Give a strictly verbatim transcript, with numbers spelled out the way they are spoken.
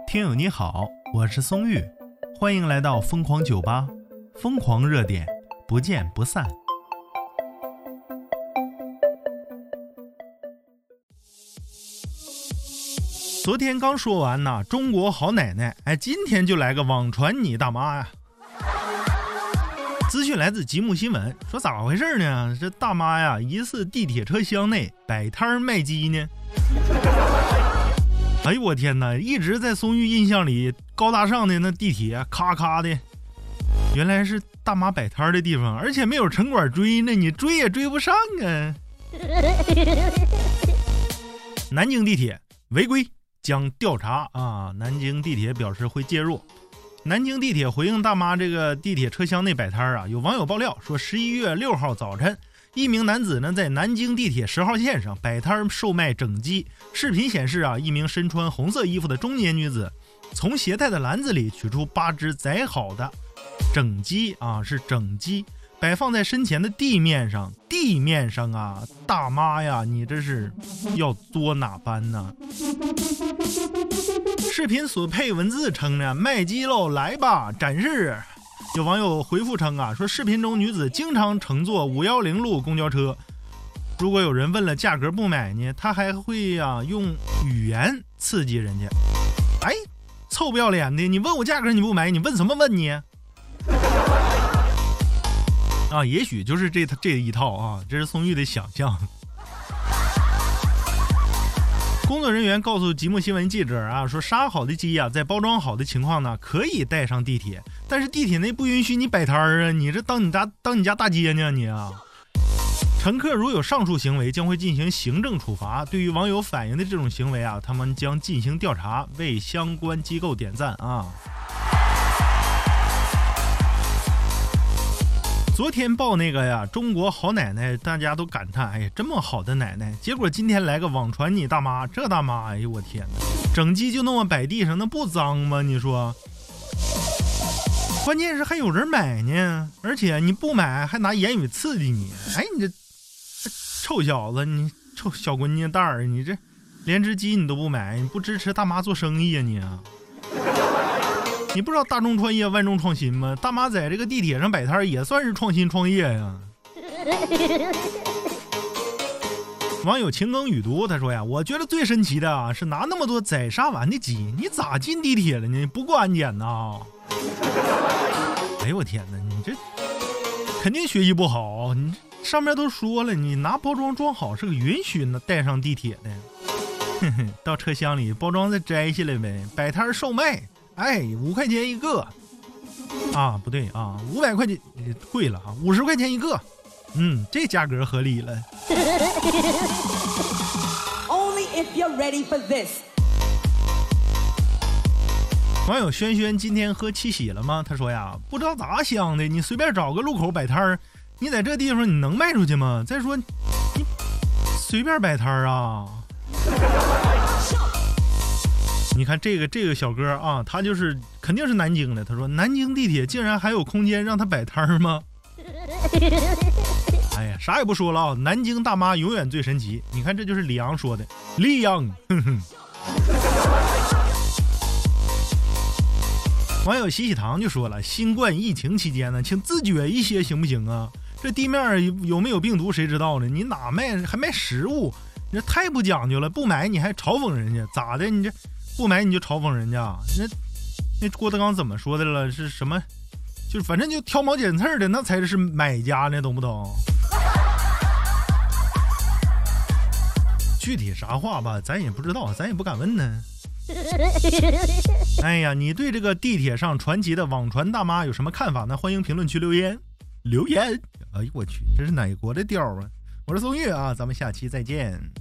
听友你好，我是松玉，欢迎来到疯狂酒吧，疯狂热点，不见不散。昨天刚说完呢，中国好奶奶，哎，今天就来个网传你大妈呀！资讯来自极目新闻，说咋回事呢？这大妈呀，疑似地铁车厢内摆摊卖鸡呢。哎呦我天哪！一直在松玉印象里高大上的那地铁，咔咔的，原来是大妈摆摊的地方，而且没有城管追，那你追也追不上啊！南京地铁违规将调查啊！南京地铁表示会介入。南京地铁回应大妈这个地铁车厢内摆摊啊，有网友爆料说，十一月六号早晨，一名男子呢在南京地铁十号线上摆摊售卖整鸡。视频显示啊，一名身穿红色衣服的中年女子从携带的篮子里取出八只宰好的整鸡啊，是整鸡，摆放在身前的地面上。地面上啊，大妈呀，你这是要作哪般呢？视频所配文字称呢，卖鸡喽，来吧，展示。有网友回复称啊，说视频中女子经常乘坐五一零路公交车，如果有人问了价格不买呢，她还会啊用语言刺激人家。哎，臭不要脸的，你问我价格你不买，你问什么问你？啊，也许就是这这一套啊，这是松玉的想象。工作人员告诉极目新闻记者啊，说杀好的鸡啊，在包装好的情况呢，可以带上地铁，但是地铁内不允许你摆摊儿啊，你这当你家当你家大街呢你啊！乘客如有上述行为，将会进行行政处罚。对于网友反映的这种行为啊，他们将进行调查，为相关机构点赞啊！昨天报那个呀，中国好奶奶，大家都感叹，哎呀，这么好的奶奶，结果今天来个网传你大妈，这大妈，哎呦我天哪，整鸡就那么摆地上，那不脏吗？你说，关键是还有人买呢，而且你不买还拿言语刺激你，哎，你这臭小子，你臭小滚捏蛋儿，你这连只鸡你都不买，你不支持大妈做生意啊你啊？你不知道大众创业万众创新吗？大妈在这个地铁上摆摊也算是创新创业呀。网友情耕雨读他说呀，我觉得最神奇的啊是拿那么多宰杀完的鸡，你咋进地铁了呢？不过安检呐？哎呦我天哪，你这肯定学习不好，你上面都说了，你拿包装装好是个允许呢带上地铁的。哼哼，到车厢里包装再摘下来呗，摆摊售卖。哎，五块钱一个，啊，不对啊，五百块钱贵了啊，五十块钱一个，嗯，这价格合理了。Only if you're ready for this. 网友轩轩今天喝七喜了吗？他说呀，不知道咋想的，你随便找个路口摆摊儿，你在这地方你能卖出去吗？再说，你随便摆摊儿啊。你看这个这个小哥啊，他就是肯定是南京的。他说南京地铁竟然还有空间让他摆摊吗？哎呀，啥也不说了啊，南京大妈永远最神奇。你看这就是李阳说的，李阳。哼哼。网友喜喜糖就说了，新冠疫情期间呢，请自觉一些行不行啊？这地面有没有病毒谁知道呢？你哪卖还卖食物？你这太不讲究了，不买你还嘲讽人家，咋的？你这不买你就嘲讽人家？那那郭德纲怎么说的了？是什么？就是反正就挑毛拣刺的，那才是买家呢，懂不懂？具体啥话吧，咱也不知道，咱也不敢问呢。哎呀，你对这个地铁上传奇的网传大妈有什么看法呢？欢迎评论区留言。留言。哎呦我去，这是哪国的调啊？我是松月啊，咱们下期再见。